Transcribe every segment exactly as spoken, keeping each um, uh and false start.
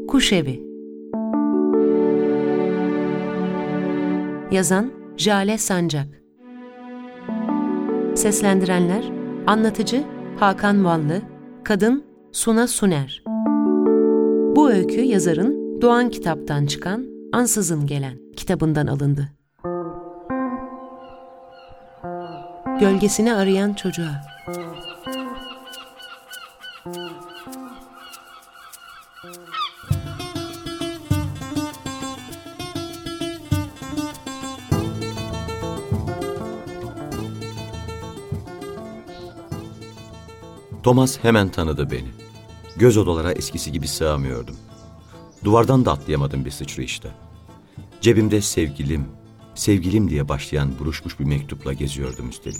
Kuş Evi. Yazan Jale Sancak. Seslendirenler: Anlatıcı Hakan Vallı, Kadın Suna Suner. Bu öykü yazarın Doğan Kitap'tan çıkan Ansızın Gelen kitabından alındı. Gölgesini arayan çocuğa. Thomas hemen tanıdı beni. Göz odalara eskisi gibi sığamıyordum. Duvardan da atlayamadım bir sıçrayışta. Cebimde sevgilim, sevgilim diye başlayan buruşmuş bir mektupla geziyordum üstelik.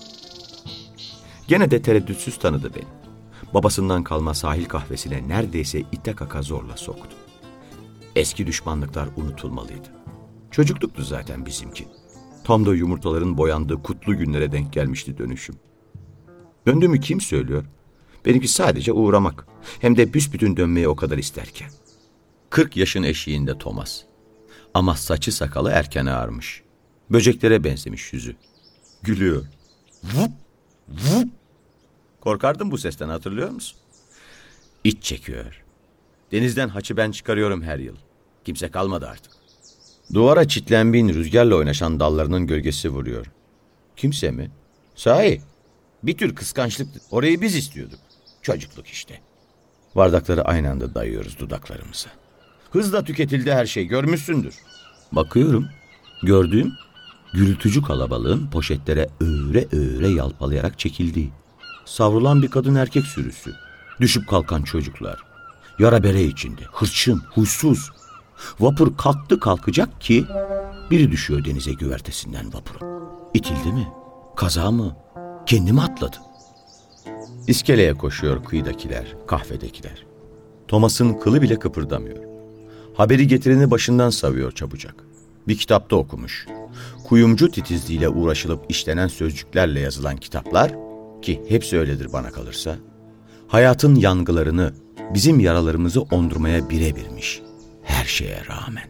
Gene de tereddütsüz tanıdı beni. Babasından kalma sahil kahvesine neredeyse ite kaka zorla soktu. Eski düşmanlıklar unutulmalıydı. Çocukluktu zaten bizimki. Tam da yumurtaların boyandığı kutlu günlere denk gelmişti dönüşüm. Döndüğümü kim söylüyor? Benimki sadece uğramak. Hem de büsbütün dönmeyi o kadar isterken. Kırk yaşın eşiğinde Thomas. Ama saçı sakalı erken ağarmış. Böceklere benzemiş yüzü. Gülüyor. Vup, vup. Korkardım bu sesten, hatırlıyor musun? İç çekiyor. Denizden haçı ben çıkarıyorum her yıl. Kimse kalmadı artık. Duvara çitlenbin rüzgarla oynaşan dallarının gölgesi vuruyor. Kimse mi? Sahi. Bir tür kıskançlıktı. Orayı biz istiyorduk. Çocukluk işte. Bardakları aynı anda dayıyoruz dudaklarımıza. Hızla tüketildi her şey, görmüşsündür. Bakıyorum, gördüğüm gürültücü kalabalığın poşetlere öğre öğre yalpalayarak çekildiği. Savrulan bir kadın erkek sürüsü. Düşüp kalkan çocuklar. Yara bere içinde, hırçın, huysuz. Vapur kalktı kalkacak ki biri düşüyor denize güvertesinden vapurun. İtildi mi? Kaza mı? Kendi mi atladı? İskeleye koşuyor kıyıdakiler, kahvedekiler. Thomas'ın kılı bile kıpırdamıyor. Haberi getireni başından savuyor çabucak. Bir kitapta okumuş. Kuyumcu titizliğiyle uğraşılıp işlenen sözcüklerle yazılan kitaplar, ki hepsi öyledir bana kalırsa, hayatın yangılarını, bizim yaralarımızı ondurmaya birebirmiş. Her şeye rağmen.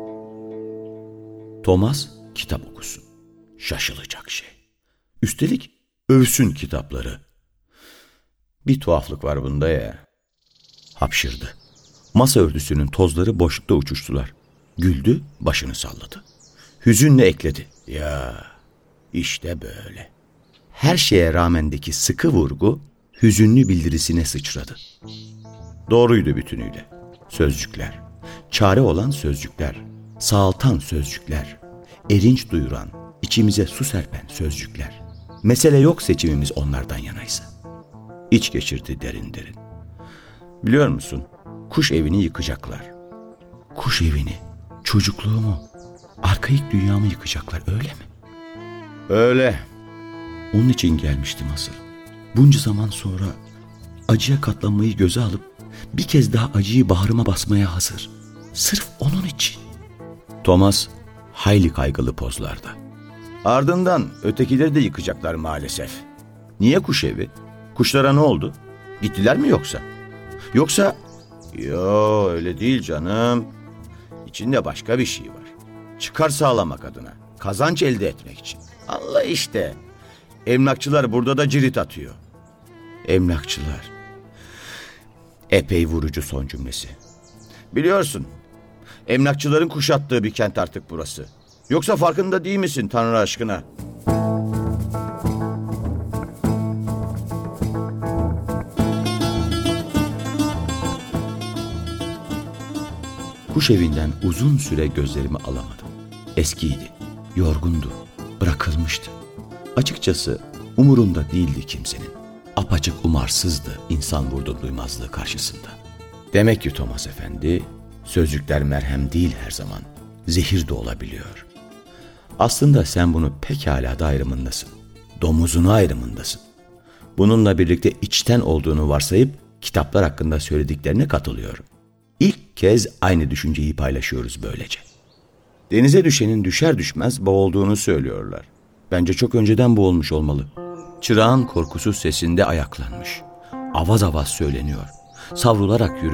Thomas kitap okusun. Şaşılacak şey. Üstelik övsün kitapları. Bir tuhaflık var bunda ya. Hapşırdı. Masa örtüsünün tozları boşlukta uçuştular. Güldü, başını salladı. Hüzünle ekledi. Ya, işte böyle. Her şeye rağmendeki sıkı vurgu hüzünlü bildirisine sıçradı. Doğruydu bütünüyle. Sözcükler. Çare olan sözcükler. Sağaltan sözcükler. Erinç duyuran, içimize su serpen sözcükler. Mesele yok seçimimiz onlardan yanaysa. İç geçirdi derin derin. Biliyor musun? Kuş evini yıkacaklar. Kuş evini, çocukluğumu, arkaik dünyamı yıkacaklar, öyle mi? Öyle. Onun için gelmiştim asıl. Bunca zaman sonra acıya katlanmayı göze alıp bir kez daha acıyı bağrıma basmaya hazır. Sırf onun için. Thomas hayli kaygılı pozlarda. Ardından ötekileri de yıkacaklar maalesef. Niye kuş evi? Kuşlara ne oldu? Gittiler mi yoksa? Yoksa... Yo, öyle değil canım. İçinde başka bir şey var. Çıkar sağlamak adına. Kazanç elde etmek için. Allah işte. Emlakçılar burada da cirit atıyor. Emlakçılar. Epey vurucu son cümlesi. Biliyorsun, emlakçıların kuşattığı bir kent artık burası. Yoksa farkında değil misin Tanrı aşkına? Kuş evinden uzun süre gözlerimi alamadım. Eskiydi, yorgundu, bırakılmıştı. Açıkçası umurunda değildi kimsenin. Apaçık umarsızdı insan vurdum duymazlığı karşısında. Demek ki Thomas Efendi, sözcükler merhem değil her zaman, zehir de olabiliyor. Aslında sen bunu pekala da ayrımındasın. Domuzun ayrımındasın. Bununla birlikte içten olduğunu varsayıp kitaplar hakkında söylediklerine katılıyorum. İlk kez aynı düşünceyi paylaşıyoruz böylece. Denize düşenin düşer düşmez boğulduğunu söylüyorlar. Bence çok önceden boğulmuş olmalı. Çırağın korkusuz sesinde ayaklanmış. Avaz avaz söyleniyor. Savrularak yürüyor.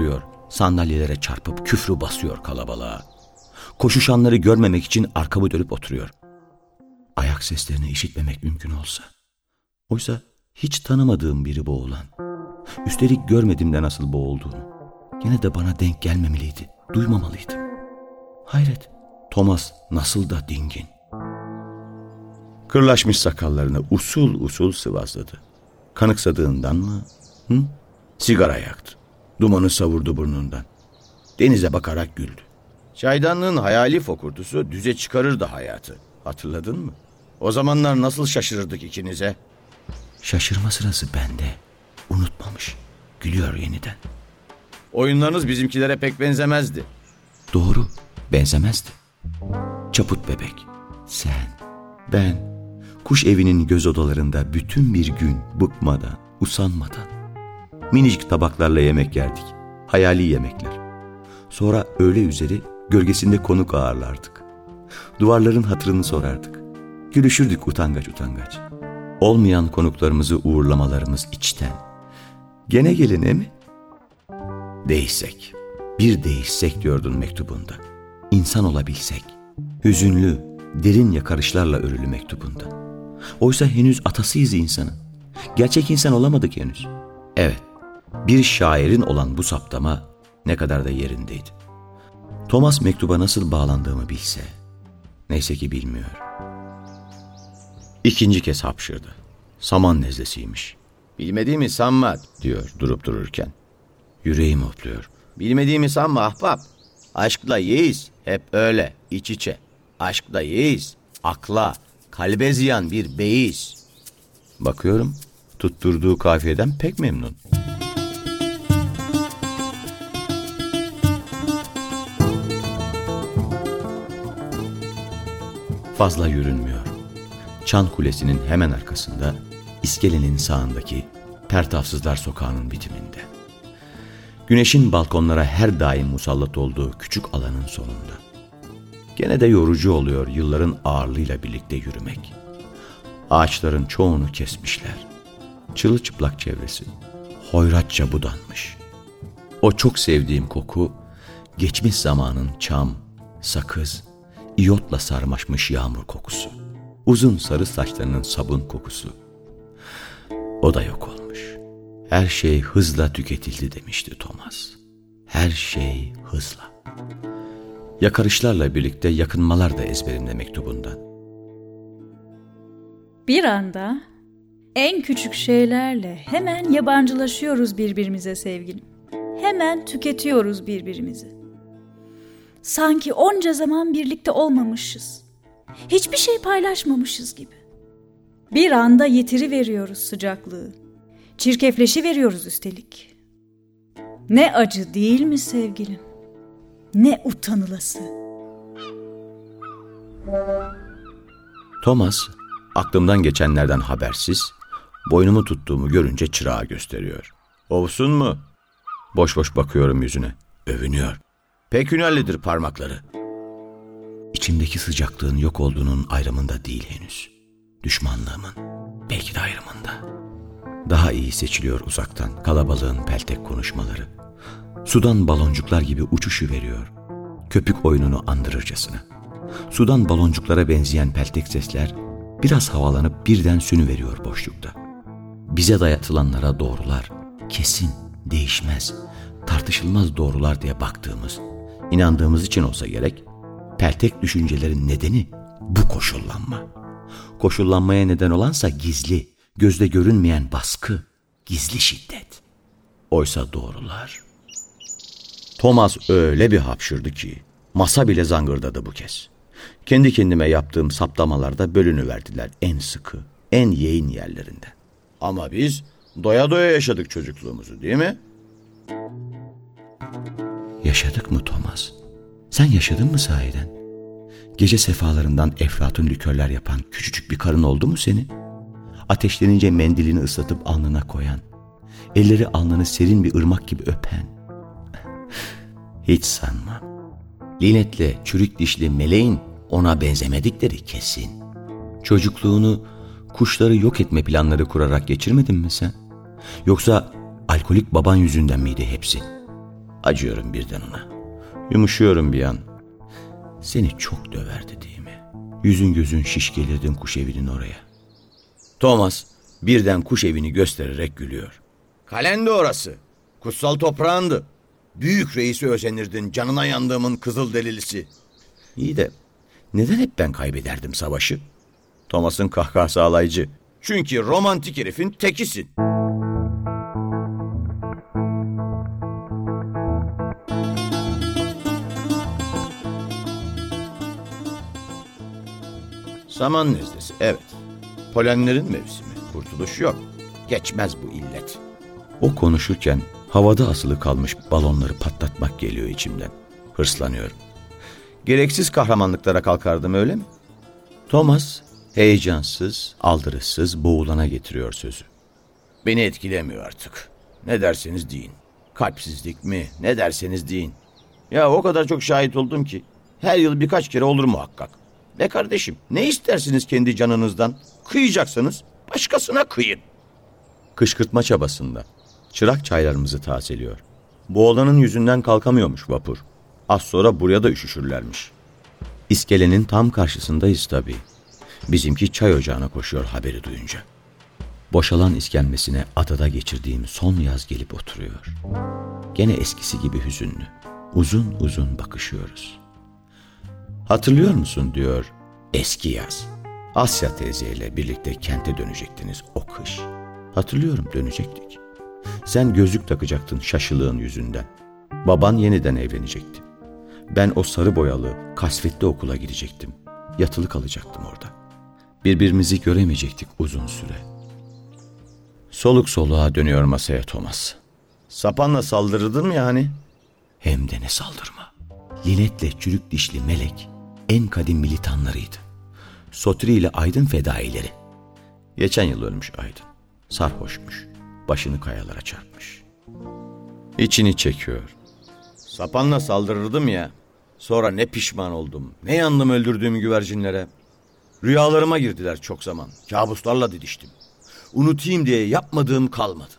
Sandalyelere çarpıp küfrü basıyor kalabalığa. Koşuşanları görmemek için arkamı dönüp oturuyor. Ayak seslerini işitmemek mümkün olsa. Oysa hiç tanımadığım biri boğulan. Üstelik görmedim de nasıl boğulduğunu. Gene de bana denk gelmemeliydi, duymamalıydım. Hayret, Thomas nasıl da dingin. Kırlaşmış sakallarını usul usul sıvazladı. Kanıksadığından mı? Hı? Sigara yaktı. Dumanı savurdu burnundan. Denize bakarak güldü. Çaydanlığın hayali fokurtusu düze çıkarırdı hayatı. Hatırladın mı? O zamanlar nasıl şaşırırdık ikinize? Şaşırma sırası bende. Unutmamış. Gülüyor yeniden. Oyunlarınız bizimkilere pek benzemezdi. Doğru, benzemezdi. Çaput bebek, sen, ben, kuş evinin göz odalarında bütün bir gün bıkmadan, usanmadan, minicik tabaklarla yemek yerdik, hayali yemekler. Sonra öğle üzeri gölgesinde konuk ağırlardık. Duvarların hatırını sorardık. Gülüşürdük utangaç utangaç. Olmayan konuklarımızı uğurlamalarımız içten. Gene geline mi? Değişsek, bir değişsek diyordun mektubunda. İnsan olabilsek, hüzünlü, derin yakarışlarla örülü mektubunda. Oysa henüz atasıyız insanın. Gerçek insan olamadık henüz. Evet, bir şairin olan bu saptama ne kadar da yerindeydi. Thomas mektuba nasıl bağlandığımı bilse, neyse ki bilmiyor. İkinci kez hapşırdı. Saman nezlesiymiş. Bilmediğimi sanma diyor durup dururken. Yüreğim hopluyor. Bilmediğimi sanma ahbap. Aşkla yeyiz, hep öyle, iç içe. Aşkla yeyiz, akla, kalbe ziyan bir beyiz. Bakıyorum, tutturduğu kafiyeden pek memnun. Fazla yürünmüyor. Çan Kulesi'nin hemen arkasında, iskelenin sağındaki Pertafsızlar Sokağı'nın bitiminde. Güneşin balkonlara her daim musallat olduğu küçük alanın sonunda. Gene de yorucu oluyor yılların ağırlığıyla birlikte yürümek. Ağaçların çoğunu kesmişler. Çırılçıplak çevresi, hoyratça budanmış. O çok sevdiğim koku, geçmiş zamanın çam, sakız, iyotla sarmaşmış yağmur kokusu. Uzun sarı saçlarının sabun kokusu. O da yok olmuş. Her şey hızla tüketildi demişti Thomas. Her şey hızla. Yakarışlarla birlikte yakınmalar da ezberimde mektubundan. Bir anda en küçük şeylerle hemen yabancılaşıyoruz birbirimize sevgilim. Hemen tüketiyoruz birbirimizi. Sanki onca zaman birlikte olmamışız. Hiçbir şey paylaşmamışız gibi. Bir anda yitiri veriyoruz sıcaklığı. Çirkefleşi veriyoruz üstelik. Ne acı değil mi sevgilim? Ne utanılası. Thomas, aklımdan geçenlerden habersiz, boynumu tuttuğumu görünce çırağı gösteriyor. Ovsun mu? Boş boş bakıyorum yüzüne. Övünüyor. Pek hünerlidir parmakları. İçimdeki sıcaklığın yok olduğunun ayrımında değil henüz. Düşmanlığımın belki de ayrımında. Daha iyi seçiliyor uzaktan kalabalığın peltek konuşmaları. Sudan baloncuklar gibi uçuşu veriyor. Köpük oyununu andırırcasına. Sudan baloncuklara benzeyen peltek sesler biraz havalanıp birden sönüveriyor boşlukta. Bize dayatılanlara doğrular, kesin, değişmez, tartışılmaz doğrular diye baktığımız, inandığımız için olsa gerek, peltek düşüncelerin nedeni bu koşullanma. Koşullanmaya neden olansa gizli, gözde görünmeyen baskı, gizli şiddet. Oysa doğrular. Thomas öyle bir hapşırdı ki, masa bile zangırdadı bu kez. Kendi kendime yaptığım saptamalarda bölünüverdiler en sıkı, en yeğin yerlerinden. Ama biz doya doya yaşadık çocukluğumuzu, değil mi? Yaşadık mı Thomas? Sen yaşadın mı sahiden? Gece sefalarından eflatun likörler yapan küçücük bir karın oldu mu senin? Ateşlenince mendilini ıslatıp alnına koyan, elleri alnını serin bir ırmak gibi öpen. Hiç sanmam. Linet'le çürük dişli meleğin ona benzemedikleri kesin. Çocukluğunu kuşları yok etme planları kurarak geçirmedin mi sen? Yoksa alkolik baban yüzünden miydi hepsi? Acıyorum birden ona. Yumuşuyorum bir an. Seni çok döverdi değil mi? Yüzün gözün şiş gelirdin kuş evinin oraya. Thomas birden kuş evini göstererek gülüyor. Kalendi orası. Kutsal toprağındı. Büyük reisi özenirdin, canına yandığımın kızıl delilisi. İyi de neden hep ben kaybederdim savaşı? Thomas'ın kahkahası alaycı. Çünkü romantik herifin tekisin. Saman nezdesi, evet. Polenlerin mevsimi, kurtuluş yok. Geçmez bu illet. O konuşurken havada asılı kalmış balonları patlatmak geliyor içimden. Hırslanıyorum. Gereksiz kahramanlıklara kalkardım, öyle mi? Thomas heyecansız, aldırışsız boğulana getiriyor sözü. Beni etkilemiyor artık. Ne derseniz deyin. Kalpsizlik mi, ne derseniz deyin. Ya o kadar çok şahit oldum ki her yıl birkaç kere olur muhakkak. Be kardeşim, ne istersiniz kendi canınızdan? Kıyacaksanız başkasına kıyın. Kışkırtma çabasında çırak çaylarımızı tazeliyor. Boğulanın yüzünden kalkamıyormuş vapur. Az sonra buraya da üşüşürlermiş. İskelenin tam karşısındayız tabii. Bizimki çay ocağına koşuyor haberi duyunca. Boşalan iskemlesine adada geçirdiğim son yaz gelip oturuyor. Gene eskisi gibi hüzünlü. Uzun uzun bakışıyoruz. Hatırlıyor musun diyor, eski yaz. Asya teyzeyle birlikte kente dönecektiniz o kış. Hatırlıyorum, dönecektik. Sen gözlük takacaktın şaşılığın yüzünden. Baban yeniden evlenecekti. Ben o sarı boyalı, kasvetli okula gidecektim. Yatılı kalacaktım orada. Birbirimizi göremeyecektik uzun süre. Soluk soluğa dönüyor masaya Thomas. Sapanla saldırırdın mı yani? Hem de ne saldırma. Linetle çürük dişli melek en kadim militanlarıydı. Sotri ile Aydın fedaileri. Geçen yıl ölmüş Aydın. Sarhoşmuş. Başını kayalara çarpmış. İçini çekiyor. Sapanla saldırırdım ya. Sonra ne pişman oldum. Ne yandım öldürdüğüm güvercinlere. Rüyalarıma girdiler çok zaman. Kabuslarla didiştim. Unutayım diye yapmadığım kalmadı.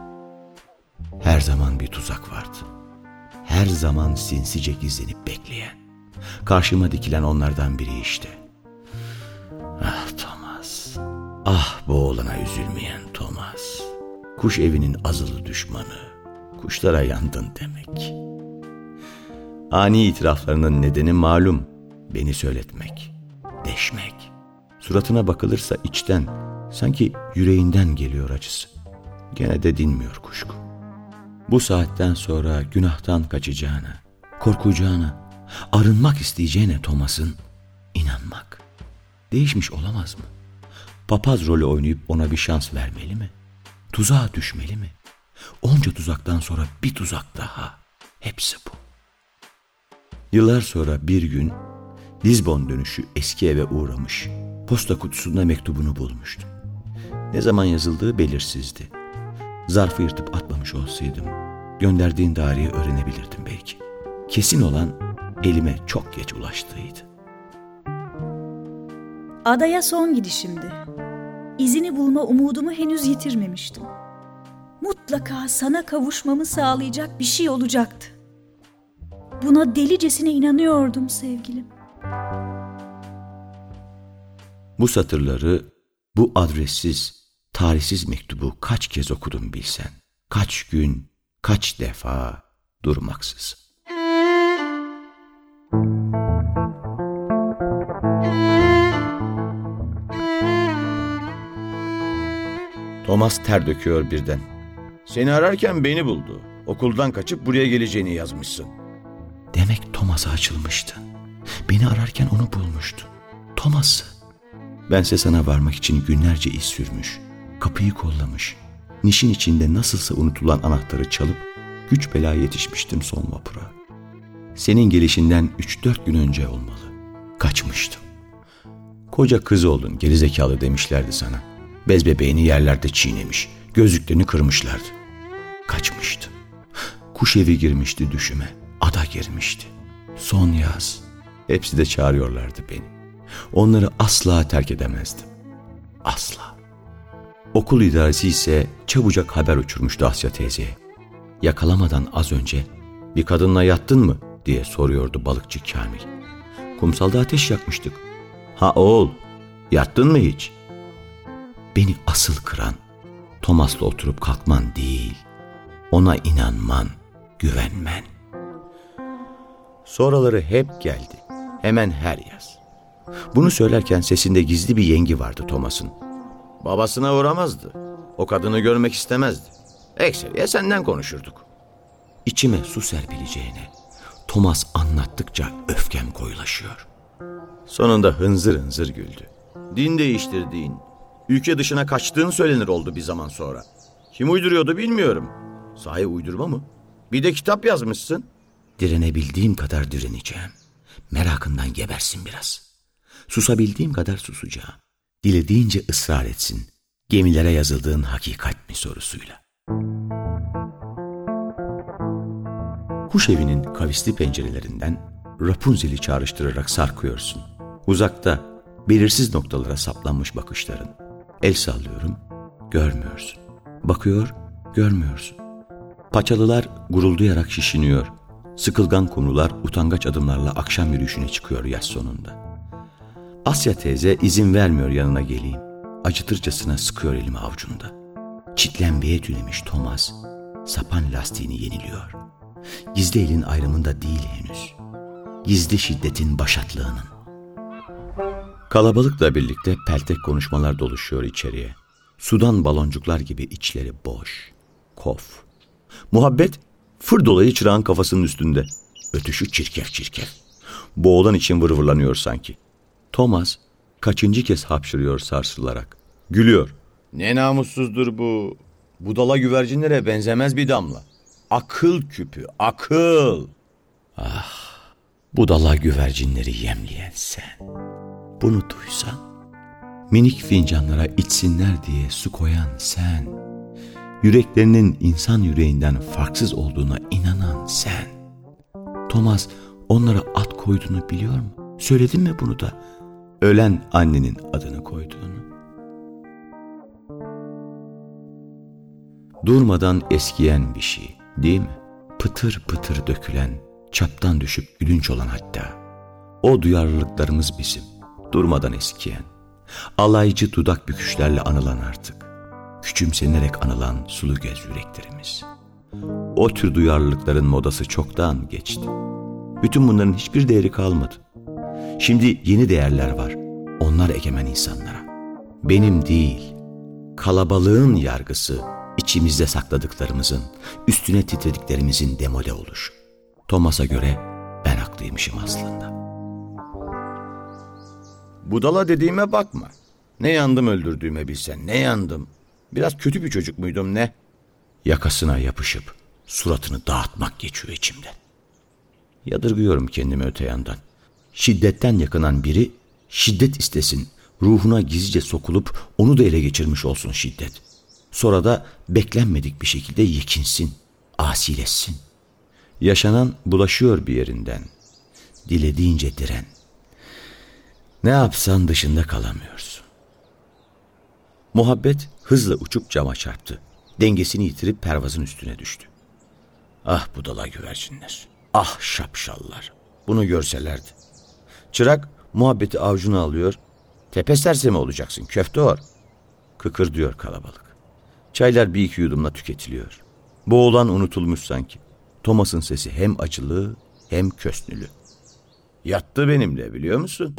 Her zaman bir tuzak vardı. Her zaman sinsice gizlenip bekleyen. Karşıma dikilen onlardan biri işte. Ah Thomas. Ah bu oğlana üzülmeyen Thomas. Kuş evinin azılı düşmanı. Kuşlara yandın demek. Ani itiraflarının nedeni malum. Beni söyletmek. Deşmek. Suratına bakılırsa içten, sanki yüreğinden geliyor acısı. Gene de dinmiyor kuşku. Bu saatten sonra günahtan kaçacağına, korkacağına, arınmak isteyeceğine Thomas'ın inanmak. Değişmiş olamaz mı? Papaz rolü oynayıp ona bir şans vermeli mi? Tuzağa düşmeli mi? Onca tuzaktan sonra bir tuzak daha. Hepsi bu. Yıllar sonra bir gün Lizbon dönüşü eski eve uğramış, posta kutusunda mektubunu bulmuştu. Ne zaman yazıldığı belirsizdi. Zarfı yırtıp atmamış olsaydım, gönderdiğin tarihi öğrenebilirdim belki. Kesin olan elime çok geç ulaştığıydı. Adaya son gidişimdi. İzini bulma umudumu henüz yitirmemiştim. Mutlaka sana kavuşmamı sağlayacak bir şey olacaktı. Buna delicesine inanıyordum sevgilim. Bu satırları, bu adressiz, tarihsiz mektubu kaç kez okudum bilsen. Kaç gün, kaç defa durmaksız. Thomas ter döküyor birden. Seni ararken beni buldu. Okuldan kaçıp buraya geleceğini yazmışsın. Demek Thomas'a açılmıştı. Beni ararken onu bulmuştu. Thomas'ı. Bense sana varmak için günlerce iz sürmüş. Kapıyı kollamış. Nişin içinde nasılsa unutulan anahtarı çalıp güç bela yetişmiştim son vapura. Senin gelişinden üç dört gün önce olmalı. Kaçmıştım. Koca kız oldun gerizekalı demişlerdi sana. Bez bebeğini yerlerde çiğnemiş. Gözlüklerini kırmışlardı. Kaçmıştım. Kuş evi girmişti düşüme. Ada girmişti. Son yaz. Hepsi de çağırıyorlardı beni. Onları asla terk edemezdim. Asla. Okul idaresi ise çabucak haber uçurmuştu Asya teyzeye. Yakalamadan az önce Bir kadınla yattın mı diye soruyordu balıkçı Kamil. Kumsalda ateş yakmıştık. Ha oğul, yattın mı hiç? Beni asıl kıran Thomas'la oturup kalkman değil, ona inanman, güvenmen. Sonraları hep geldi, hemen her yaz. Bunu söylerken sesinde gizli bir yengi vardı Thomas'ın. Babasına uğramazdı, o kadını görmek istemezdi. Ekseriye senden konuşurduk. İçime su serpileceğine Thomas anlattıkça öfkem koyulaşıyor. Sonunda hınzır hınzır güldü. Din değiştirdiğin, ülke dışına kaçtığın söylenir oldu bir zaman sonra. Kim uyduruyordu bilmiyorum. Sahi uydurma mı? Bir de kitap yazmışsın. Direnebildiğim kadar direneceğim. Merakından gebersin biraz. Susabildiğim kadar susacağım. Dilediğince ısrar etsin. Gemilere yazıldığın hakikat mi sorusuyla. Kuş evinin kavisli pencerelerinden Rapunzel'i çağrıştırarak sarkıyorsun. Uzakta, belirsiz noktalara saplanmış bakışların. El sallıyorum, görmüyorsun. Bakıyor, görmüyorsun. Paçalılar gurulduyarak şişiniyor. Sıkılgan kumrular utangaç adımlarla akşam yürüyüşüne çıkıyor yaz sonunda. Asya teyze izin vermiyor yanına geleyim. Acıtırcasına sıkıyor elimi avucunda. Çitlenmeye tünemiş Thomas, sapan lastiğini yeniliyor. Gizli elin ayrımında değil henüz. Gizli şiddetin başatlığının. Kalabalıkla birlikte peltek konuşmalar doluşuyor içeriye. Sudan baloncuklar gibi içleri boş, kof. Muhabbet fır dolayı çırağın kafasının üstünde. Ötüşü çirkef çirkef. Boğulan için vırvırlanıyor sanki. Thomas kaçıncı kez hapşırıyor sarsılarak. Gülüyor. Ne namussuzdur bu. Budala güvercinlere benzemez bir damla. Akıl küpü, akıl. Ah, budala güvercinleri yemleyen sen. Bunu duysan, minik fincanlara içsinler diye su koyan sen. Yüreklerinin insan yüreğinden farksız olduğuna inanan sen. Thomas onlara at koyduğunu biliyor mu? Söyledin mi bunu da? Ölen annenin adını koyduğunu. Durmadan eskiyen bir şey, değil mi? Pıtır pıtır dökülen, çaptan düşüp gülünç olan hatta. O duyarlılıklarımız bizim, durmadan eskiyen. Alaycı dudak büküşlerle anılan artık. Küçümsenerek anılan sulu göz yüreklerimiz. O tür duyarlılıkların modası çoktan geçti. Bütün bunların hiçbir değeri kalmadı. Şimdi yeni değerler var. Onlar egemen insanlara. Benim değil, kalabalığın yargısı, içimizde sakladıklarımızın, üstüne titrediklerimizin demode oluşu. Thomas'a göre ben haklıymışım aslında. Budala dediğime bakma. Ne yandım öldürdüğüme bilsen, ne yandım. Biraz kötü bir çocuk muydum ne? Yakasına yapışıp suratını dağıtmak geçiyor içimden. Yadırgıyorum kendimi öte yandan. Şiddetten yakınan biri şiddet istesin, ruhuna gizlice sokulup onu da ele geçirmiş olsun şiddet. Sonra da beklenmedik bir şekilde yekinsin, asileşsin. Yaşanan bulaşıyor bir yerinden. Dilediğince diren. Ne yapsan dışında kalamıyorsun. Muhabbet hızla uçup cama çarptı. Dengesini yitirip pervazın üstüne düştü. Ah budala güvercinler, ah şapşallar. Bunu görselerdi. Çırak muhabbeti avucuna alıyor. Tepe sersemi olacaksın köfte or. Kıkır diyor kalabalık. Çaylar bir iki yudumla tüketiliyor. Boğulan unutulmuş sanki. Thomas'ın sesi hem acılı hem kösnülü. Yattı benimle biliyor musun?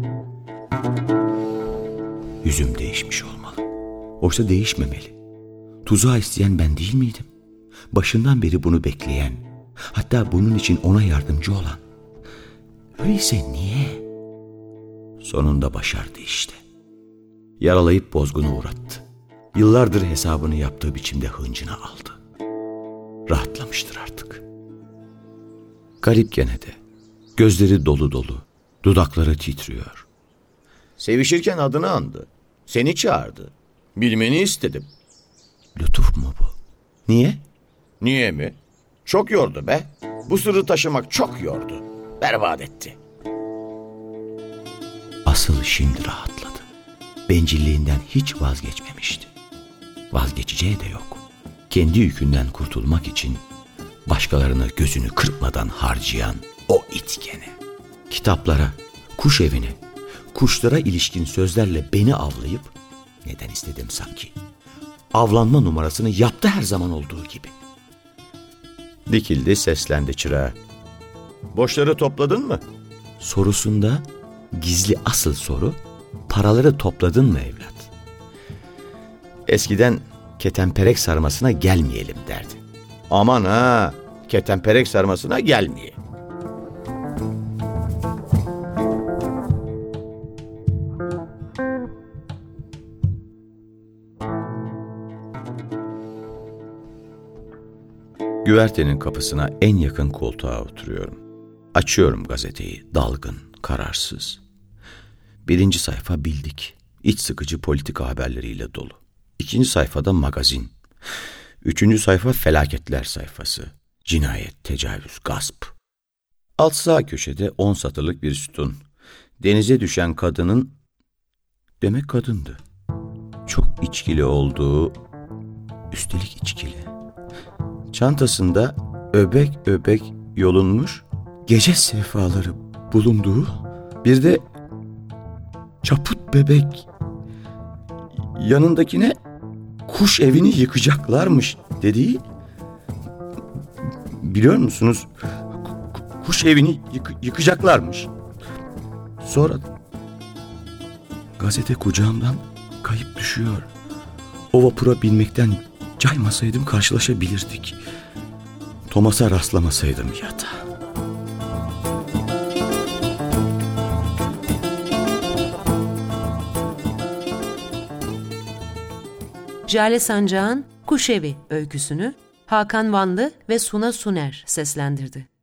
Yüzüm değişmiş olmalı. Oysa değişmemeli. Tuzağı isteyen ben değil miydim? Başından beri bunu bekleyen, hatta bunun için ona yardımcı olan. Öyleyse niye? Sonunda başardı işte. Yaralayıp bozguna uğrattı. Yıllardır hesabını yaptığı biçimde hıncını aldı. Rahatlamıştır artık. Garip gene de. Gözleri dolu dolu, dudakları titriyor. Sevişirken adını andı. Seni çağırdı. Bilmeni istedim. Lütuf mu bu? Niye? Niye mi? Çok yordu be. Bu sırrı taşımak çok yordu. Berbat etti. Asıl şimdi rahatladı. Bencilliğinden hiç vazgeçmemişti. Vazgeçeceği de yok. Kendi yükünden kurtulmak için başkalarını gözünü kırpmadan harcayan o it gene. Kitaplara, kuş evine, kuşlara ilişkin sözlerle beni avlayıp, neden istedim sanki, avlanma numarasını yaptı her zaman olduğu gibi. Dikildi, seslendi çırağa. Boşları topladın mı? Sorusunda gizli asıl soru, paraları topladın mı evlat? Eskiden ketenperek sarmasına gelmeyelim derdi. Aman ha, ketenperek sarmasına gelmeye. Güvertenin kapısına en yakın koltuğa oturuyorum. Açıyorum gazeteyi, dalgın, kararsız. Birinci sayfa bildik, iç sıkıcı politika haberleriyle dolu. İkinci sayfada magazin. Üçüncü sayfa felaketler sayfası. Cinayet, tecavüz, gasp. Alt sağ köşede on satırlık bir sütun. Denize düşen kadının, demek kadındı, çok içkili olduğu, üstelik içkili. Çantasında öbek öbek yolunmuş gece sefaları bulunduğu, bir de çaput bebek, yanındakine kuş evini yıkacaklarmış dediği, biliyor musunuz, kuş evini yık- yıkacaklarmış. Sonra gazete kucağımdan kayıp düşüyor. O vapura binmekten caymasaydım karşılaşabilirdik. Thomas'a rastlamasaydım ya da. Jale Sancak'ın Kuş Evi öyküsünü Hakan Vanlı ve Suna Suner seslendirdi.